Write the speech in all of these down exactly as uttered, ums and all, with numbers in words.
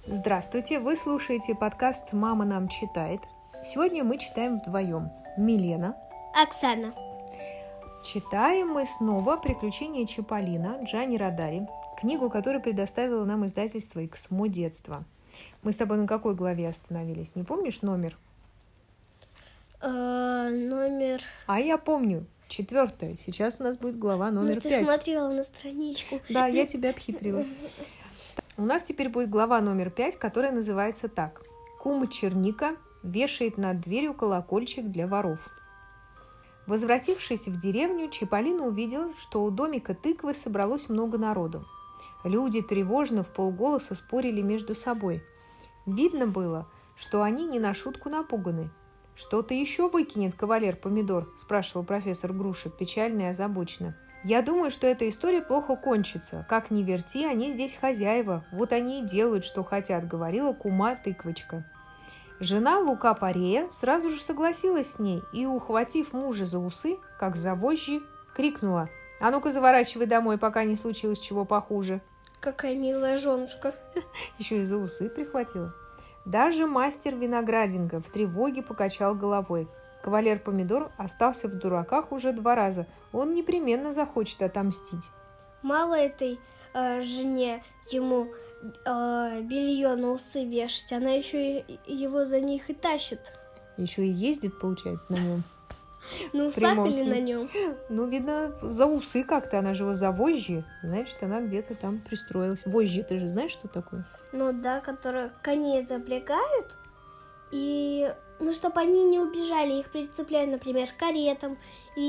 Здравствуйте! Вы слушаете подкаст «Мама нам читает». Сегодня мы читаем вдвоем. Милена. Оксана. Читаем мы снова «Приключения Чиполлино» Джани Родари, книгу, которую предоставило нам издательство «Эксмо детство». Мы с тобой на какой главе остановились? Не помнишь номер? Э, номер... А я помню. Четвертая. Сейчас у нас будет глава номер ну, ты пять. Ты смотрела на страничку. Да, я тебя обхитрила. У нас теперь будет глава номер пять, которая называется так. Кума Черника вешает над дверью колокольчик для воров. Возвратившись в деревню, Чиполлино увидел, что у домика тыквы собралось много народу. Люди тревожно вполголоса спорили между собой. Видно было, что они не на шутку напуганы. «Что-то еще выкинет кавалер Помидор?» – спрашивал профессор Груша, печально и озабоченно. «Я думаю, что эта история плохо кончится. Как ни верти, они здесь хозяева. Вот они и делают, что хотят», – говорила кума Тыквочка. Жена Лука Порея сразу же согласилась с ней и, ухватив мужа за усы, как за вожжи, крикнула: «А ну-ка, заворачивай домой, пока не случилось чего похуже». Какая милая женушка. Еще и за усы прихватила. Даже мастер Виноградинка в тревоге покачал головой. Кавалер Помидор остался в дураках уже два раза. Он непременно захочет отомстить. Мало этой э, жене ему э, белье на усы вешать, она еще и его за них и тащит. Еще и ездит, получается, на нем. На усах или на нем? Ну, видно, за усы как-то. Она же его за вожжи. Значит, она где-то там пристроилась. Вожжи, ты же знаешь, что такое? Ну да, которые коней запрягают. И, ну, чтобы они не убежали, их прицепляют, например, к каретам.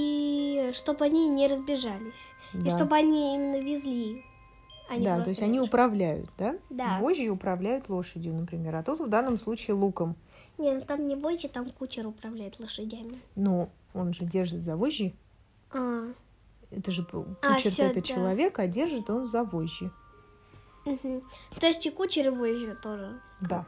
И чтобы они не разбежались. Да. И чтобы они именно везли. Они да, то есть они управляют, да? Да. Вожжи управляют лошадью, например. А тут в данном случае луком. Не, ну там не вожжи, там кучер управляет лошадями. Ну, он же держит за вожжи. А. Это же кучер, а, это да. человек, а держит он за вожжи. Угу. То есть и кучер, и вожжи тоже. Да.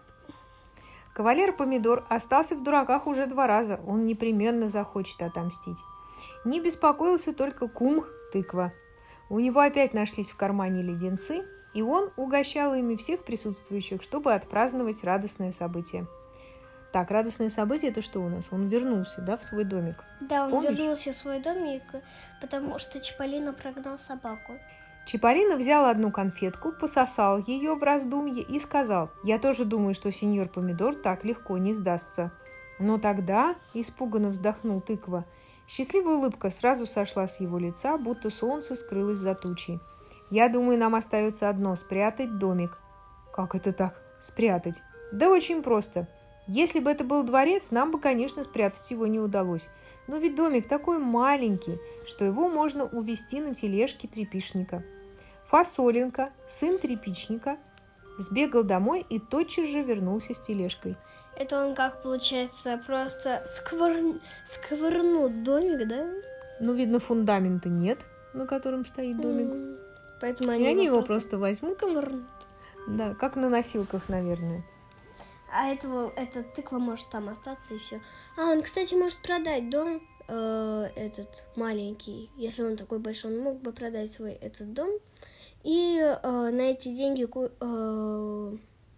Кавалер Помидор остался в дураках уже два раза. Он непременно захочет отомстить. Не беспокоился только кум Тыква. У него опять нашлись в кармане леденцы, и он угощал ими всех присутствующих, чтобы отпраздновать радостное событие. Так, радостное событие – это что у нас? Он вернулся, да, в свой домик? Да, он Помнишь? вернулся в свой домик, потому что Чиполлино прогнал собаку. Чиполлино взял одну конфетку, пососал ее в раздумье и сказал: «Я тоже думаю, что сеньор Помидор так легко не сдастся». Но тогда, испуганно вздохнул Тыква, счастливая улыбка сразу сошла с его лица, будто солнце скрылось за тучей. «Я думаю, нам остается одно – спрятать домик». «Как это так? Спрятать?» «Да очень просто. Если бы это был дворец, нам бы, конечно, спрятать его не удалось. Но ведь домик такой маленький, что его можно увезти на тележке тряпичника». Фасолинка, сын тряпичника, сбегал домой и тотчас же вернулся с тележкой. Это он как, получается, просто сквор... скворнул домик, да? Ну, видно, фундамента нет, на котором стоит домик. Mm. Поэтому они и они его просто, просто возьмут. Скворнут. Да, как на носилках, наверное. А этого, эта тыква может там остаться и все. А он, кстати, может продать дом э, этот маленький. Если он такой большой, он мог бы продать свой этот дом. И э, на эти деньги ку, э,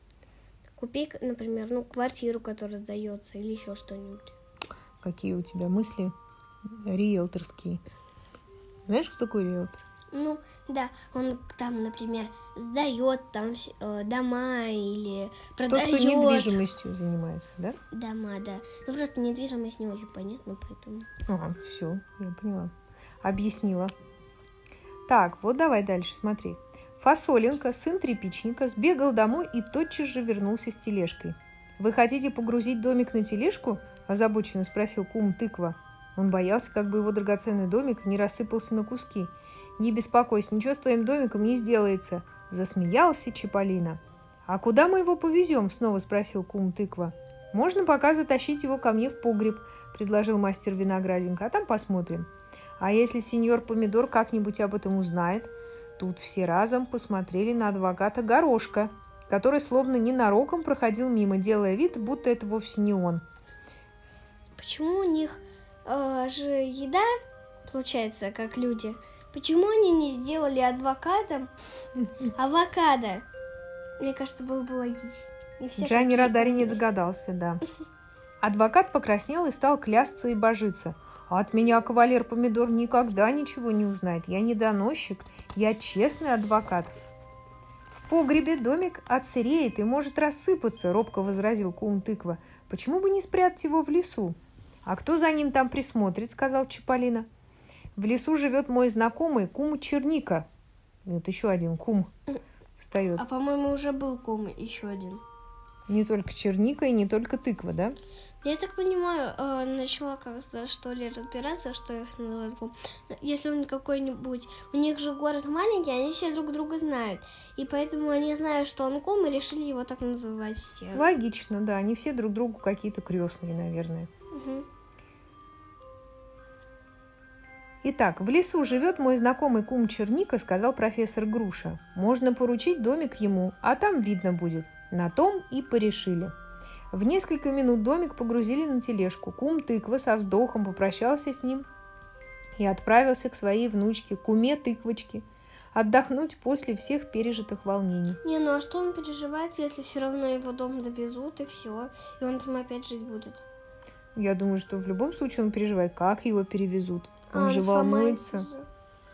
купи, например, ну, квартиру, которая сдается, или еще что-нибудь. Какие у тебя мысли риэлторские? Знаешь, кто такой риэлтор? Ну, да, он там, например, сдает там э, дома или продает. Тот, кто недвижимостью занимается, да? Дома, да. Ну, просто недвижимость не очень понятно, поэтому... Ага, все, я поняла. Объяснила. Так, вот давай дальше, смотри. Фасолинка, сын тряпичника, сбегал домой и тотчас же вернулся с тележкой. «Вы хотите погрузить домик на тележку?» – озабоченно спросил кум Тыква. Он боялся, как бы его драгоценный домик не рассыпался на куски. «Не беспокойся, ничего с твоим домиком не сделается», – засмеялся Чиполлино. «А куда мы его повезем?» – снова спросил кум Тыква. «Можно пока затащить его ко мне в погреб», – предложил мастер Виноградинка, – «а там посмотрим». «А если сеньор Помидор как-нибудь об этом узнает?» Тут все разом посмотрели на адвоката Горошка, который словно ненароком проходил мимо, делая вид, будто это вовсе не он. Почему у них э, же еда, получается, как люди? Почему они не сделали адвокатом авокадо? Мне кажется, было бы логично. Не все Джанни такие Родари не умные. догадался, да. Адвокат покраснел и стал клясться и божиться. От меня кавалер Помидор никогда ничего не узнает. Я не доносчик, я честный адвокат. В погребе домик отсыреет и может рассыпаться, робко возразил кум Тыква. Почему бы не спрятать его в лесу? А кто за ним там присмотрит, сказал Чиполлино. В лесу живет мой знакомый кум Черника. Вот еще один кум встает. А по-моему, уже был кум еще один. Не только черника и не только тыква, да? Я так понимаю, э, начала как-то что ли разбираться, что их называют кум. Если он какой-нибудь... У них же город маленький, они все друг друга знают. И поэтому они знают, что он кум, и решили его так называть все. Логично, да. Они все друг другу какие-то крестные, наверное. Угу. Итак, в лесу живет мой знакомый кум Черника, сказал профессор Груша. Можно поручить домик ему, а там видно будет. На том и порешили. В несколько минут домик погрузили на тележку. Кум Тыква со вздохом попрощался с ним и отправился к своей внучке, куме Тыквочке, отдохнуть после всех пережитых волнений. Не, ну а что он переживает, если все равно его дом довезут и все, и он там опять жить будет? Я думаю, что в любом случае он переживает, как его перевезут. Он А, же волнуется. же.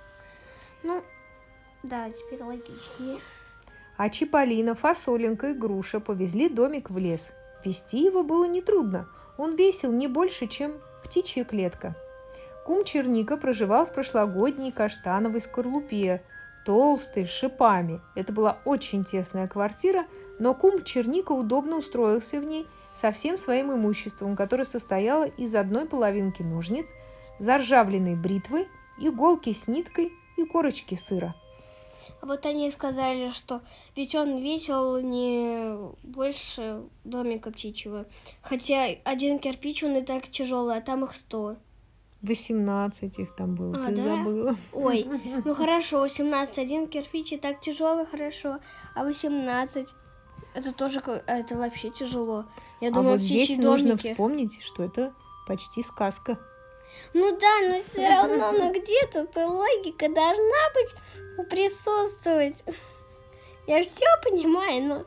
Ну, да, теперь логичнее. А Чиполлино, Фасолинка и Груша повезли домик в лес. Вести его было нетрудно. Он весил не больше, чем птичья клетка. Кум Черника проживал в прошлогодней каштановой скорлупе, толстой, с шипами. Это была очень тесная квартира, но кум Черника удобно устроился в ней со всем своим имуществом, которое состояло из одной половинки ножниц, заржавленной бритвы, иголки с ниткой и корочки сыра. А вот они сказали, что ведь он весил не больше домика птичьего. Хотя один кирпич, он и так тяжелый, а там их сто. Восемнадцать их там было, А, ты да? забыла. Ой, ну хорошо, восемнадцать. Один кирпич и так тяжелый, хорошо. А восемнадцать? Это тоже, это вообще тяжело. Я А думаю, вот здесь птичьи нужно домики. вспомнить, что это почти сказка. Ну да, но все равно, но где-то-то логика должна быть присутствовать. Я все понимаю, но...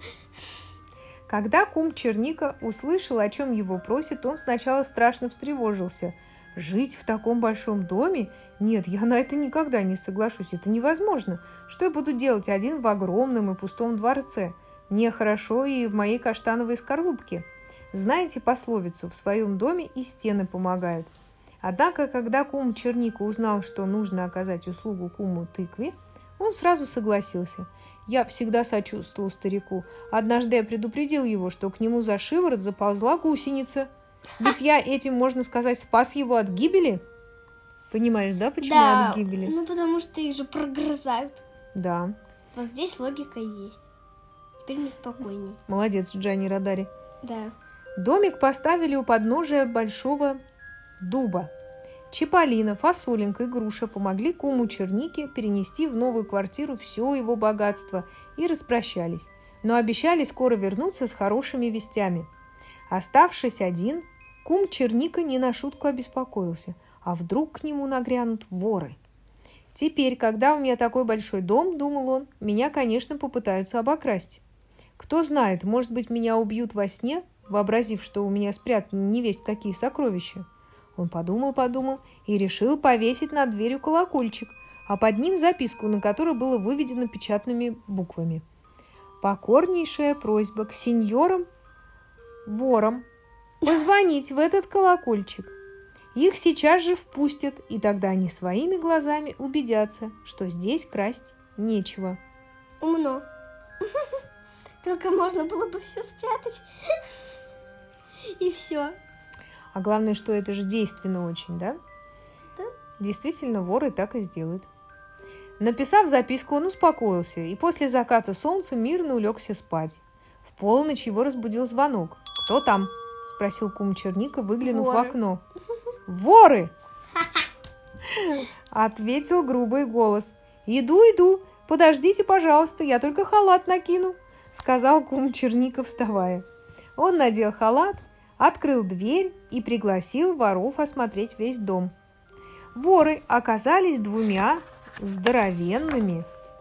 Когда кум Черника услышал, о чем его просит, он сначала страшно встревожился. Жить в таком большом доме? Нет, я на это никогда не соглашусь. Это невозможно. Что я буду делать один в огромном и пустом дворце? Мне хорошо и в моей каштановой скорлупке. Знаете пословицу «в своем доме и стены помогают». Однако, когда кум Черника узнал, что нужно оказать услугу куму Тыкве, он сразу согласился. Я всегда сочувствовал старику. Однажды я предупредил его, что к нему за шиворот заползла гусеница. Ведь я этим, можно сказать, спас его от гибели. Понимаешь, да, почему Да, от гибели? ну потому что их же прогрызают. Да. Вот здесь логика есть. Теперь мне спокойней. Молодец, Джанни Родари. Да. Домик поставили у подножия большого дуба. Чиполлино, Фасолинка и Груша помогли куму Чернике перенести в новую квартиру все его богатство и распрощались, но обещали скоро вернуться с хорошими вестями. Оставшись один, кум Черника не на шутку обеспокоился, а вдруг к нему нагрянут воры. Теперь, когда у меня такой большой дом, думал он, меня, конечно, попытаются обокрасть. Кто знает, может быть, меня убьют во сне, вообразив, что у меня спрятаны невесть какие сокровища. Он подумал-подумал и решил повесить над дверью колокольчик, а под ним записку, на которой было выведено печатными буквами. Покорнейшая просьба к сеньорам ворам позвонить в этот колокольчик. Их сейчас же впустят, и тогда они своими глазами убедятся, что здесь красть нечего. Умно. Только можно было бы все спрятать. И все. А главное, что это же действенно очень, да? Да. Действительно, воры так и сделают. Написав записку, он успокоился и после заката солнца мирно улегся спать. В полночь его разбудил звонок. «Кто там?» – спросил кум Черника, выглянув Воры. в окно. «Воры!» – ответил грубый голос. «Иду, иду, подождите, пожалуйста, я только халат накину», – сказал кум Черника, вставая. Он надел халат, открыл дверь и пригласил воров осмотреть весь дом. Воры оказались двумя здоровенными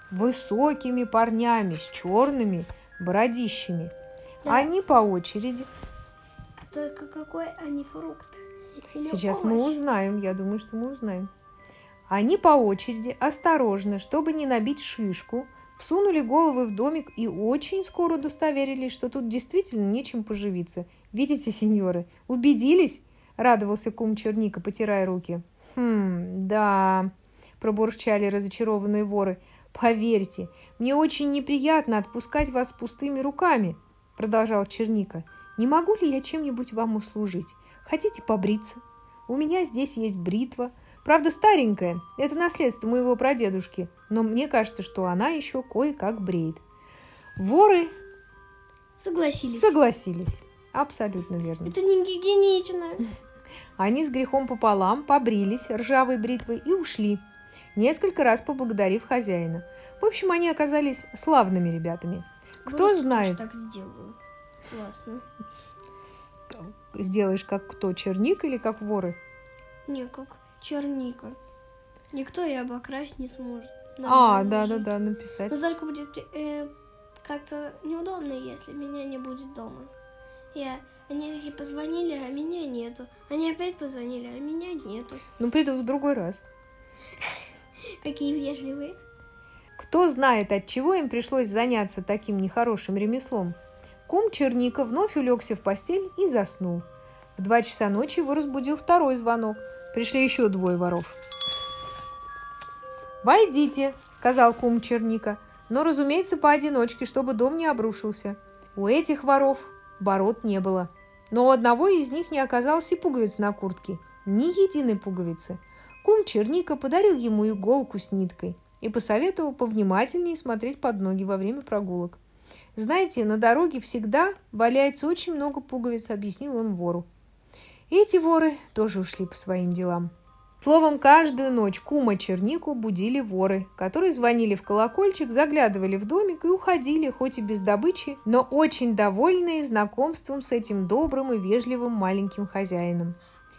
высокими парнями с черными бородищами. Да. Они по очереди. А только какой они фрукт? Или Сейчас овощ? мы узнаем, я думаю, что мы узнаем. Они по очереди, осторожно, чтобы не набить шишку, всунули головы в домик и очень скоро удостоверились, что тут действительно нечем поживиться. Видите, сеньоры, убедились? Радовался кум Черника, потирая руки. Хм, да, пробурчали разочарованные воры. Поверьте, мне очень неприятно отпускать вас с пустыми руками, продолжал Черника. Не могу ли я чем-нибудь вам услужить? Хотите побриться? У меня здесь есть бритва. Правда, старенькая. Это наследство моего прадедушки. Но мне кажется, что она еще кое-как бреет. Воры Согласились. согласились. Абсолютно верно. Это не гигиенично. Они с грехом пополам побрились ржавой бритвой и ушли, несколько раз поблагодарив хозяина. В общем, они оказались славными ребятами. Кто Может, знает... так сделаю. Классно. Сделаешь как кто, Черник или как воры? Не, как черника. Никто ее обокрасть не сможет. А, Нормально жить. да-да-да, написать. Но только будет э, как-то неудобно, если меня не будет дома. Я... Они такие позвонили, а меня нету. Они опять позвонили, а меня нету. Ну, придут в другой раз. Какие вежливые. Кто знает, от чего им пришлось заняться таким нехорошим ремеслом. Кум Черника вновь улегся в постель и заснул. В два часа ночи его разбудил второй звонок. Пришли еще двое воров. «Войдите», — сказал кум Черника, но, разумеется, поодиночке, чтобы дом не обрушился. У этих воров бород не было. Но у одного из них не оказалось и пуговиц на куртке. Ни единой пуговицы. Кум Черника подарил ему иголку с ниткой и посоветовал повнимательнее смотреть под ноги во время прогулок. «Знаете, на дороге всегда валяется очень много пуговиц», — объяснил он вору. Эти воры тоже ушли по своим делам. Словом, каждую ночь кума Чернику будили воры, которые звонили в колокольчик, заглядывали в домик и уходили, хоть и без добычи, но очень довольные знакомством с этим добрым и вежливым маленьким хозяином.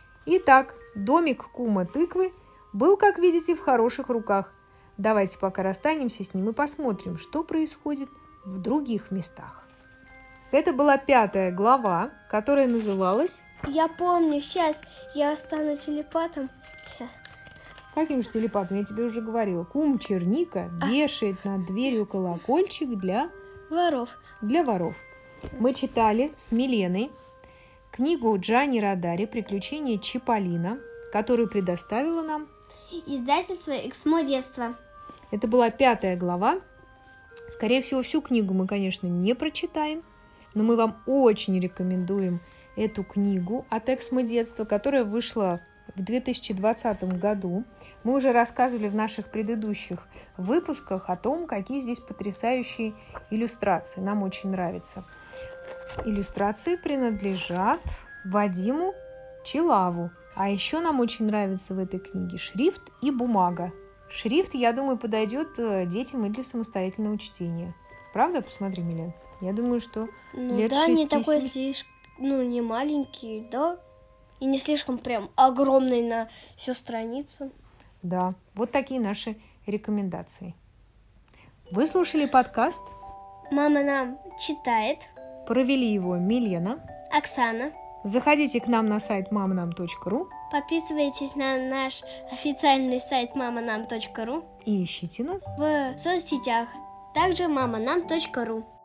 Итак, домик кума Тыквы был, как видите, в хороших руках. Давайте пока расстанемся с ним и посмотрим, что происходит в других местах. Это была пятая глава, которая называлась... Я помню, сейчас я стану телепатом. Сейчас. Каким же телепатом? Я тебе уже говорила. Кум Черника вешает над дверью колокольчик для... Воров. для воров. Мы читали с Миленой книгу Джани Родари «Приключения Чиполлино», которую предоставила нам... Издательство «Эксмо детства». Это была пятая глава. Скорее всего, всю книгу мы, конечно, не прочитаем, но мы вам очень рекомендуем эту книгу от «Эксмо детства», которая вышла в две тысячи двадцатом году. Мы уже рассказывали в наших предыдущих выпусках о том, какие здесь потрясающие иллюстрации. Нам очень нравится. Иллюстрации принадлежат Вадиму Чилаву. А еще нам очень нравится в этой книге шрифт и бумага. Шрифт, я думаю, подойдет детям и для самостоятельного чтения. Правда? Посмотри, Милен. Я думаю, что ну, лет да, шести, не такой семь... слишком, ну, не маленький, да, и не слишком прям огромный на всю страницу. Да, вот такие наши рекомендации. Вы слушали подкаст «Мама нам читает». Провели его Милена, Оксана. Заходите к нам на сайт мама нам точка ру. Подписывайтесь на наш официальный сайт мама нам точка ру И ищите нас в соцсетях. Также мама нам точка ру.